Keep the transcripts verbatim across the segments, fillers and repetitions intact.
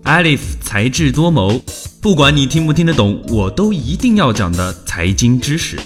Alice 才智多谋，不管你听不听得懂，我都一定要讲的财经知识。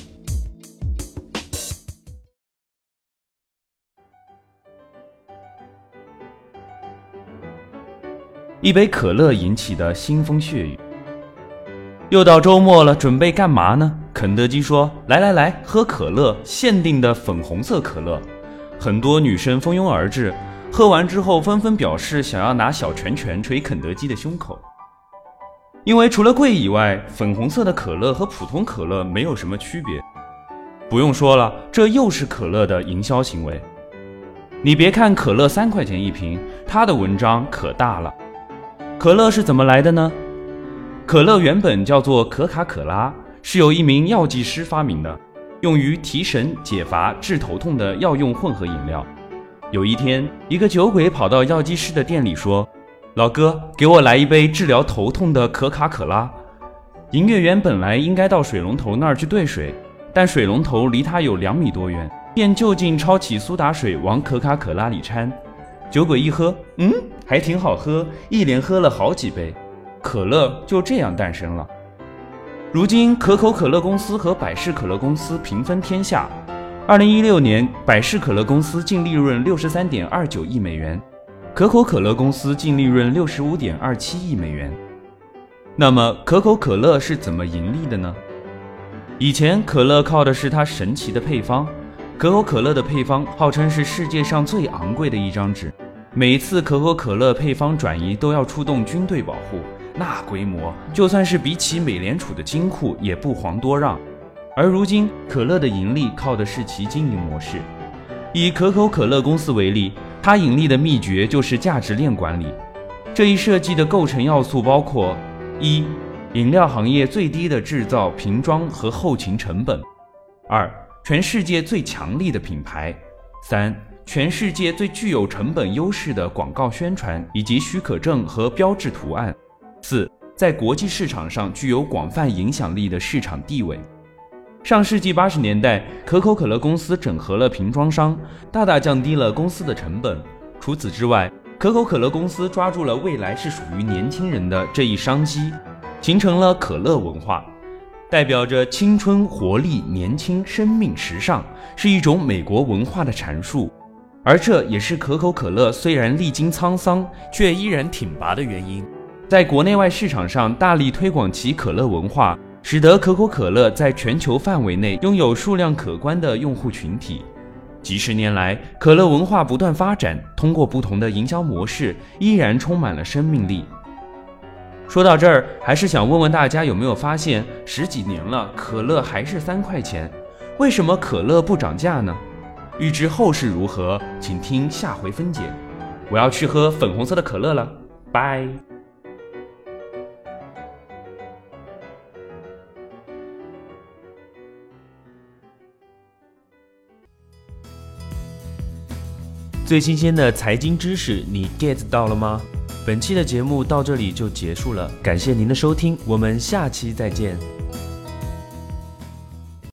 一杯可乐引起的腥风血雨。又到周末了，准备干嘛呢？肯德基说，来来来，喝可乐，限定的粉红色可乐。很多女生蜂拥而至，喝完之后纷纷表示想要拿小拳拳捶肯德基的胸口。因为除了贵以外，粉红色的可乐和普通可乐没有什么区别。不用说了，这又是可乐的营销行为。你别看可乐三块钱一瓶，它的文章可大了。可乐是怎么来的呢？可乐原本叫做可卡可拉，是由一名药剂师发明的，用于提神解乏治头痛的药用混合饮料。有一天，一个酒鬼跑到药剂师的店里说，老哥，给我来一杯治疗头痛的可卡可拉。营业员本来应该到水龙头那儿去兑水，但水龙头离他有两米多远，便就近抄起苏打水往可卡可拉里掺。酒鬼一喝，嗯，还挺好喝，一连喝了好几杯，可乐就这样诞生了。如今可口可乐公司和百事可乐公司平分天下。二零一六年，百事可乐公司净利润 六十三点二九亿美元，可口可乐公司净利润 六十五点二七亿美元。那么可口可乐是怎么盈利的呢？以前可乐靠的是它神奇的配方，可口可乐的配方号称是世界上最昂贵的一张纸，每一次可口可乐配方转移都要出动军队保护，那规模就算是比起美联储的金库也不遑多让。而如今可乐的盈利靠的是其经营模式。以可口可乐公司为例，它盈利的秘诀就是价值链管理。这一设计的构成要素包括：一、饮料行业最低的制造、瓶装和后勤成本；二、全世界最强力的品牌；三、全世界最具有成本优势的广告宣传以及许可证和标志图案；四、在国际市场上具有广泛影响力的市场地位。上世纪八十年代，可口可乐公司整合了瓶装商，大大降低了公司的成本。除此之外，可口可乐公司抓住了未来是属于年轻人的这一商机，形成了可乐文化，代表着青春、活力、年轻、生命、时尚，是一种美国文化的阐述。而这也是可口可乐虽然历经沧桑，却依然挺拔的原因。在国内外市场上大力推广其可乐文化，使得可口可乐在全球范围内拥有数量可观的用户群体。几十年来，可乐文化不断发展，通过不同的营销模式，依然充满了生命力。说到这儿，还是想问问大家有没有发现，十几年了，可乐还是三块钱，为什么可乐不涨价呢？欲知后事如何，请听下回分解。我要去喝粉红色的可乐了，拜。最新鲜的财经知识你 get 到了吗？本期的节目到这里就结束了，感谢您的收听，我们下期再见。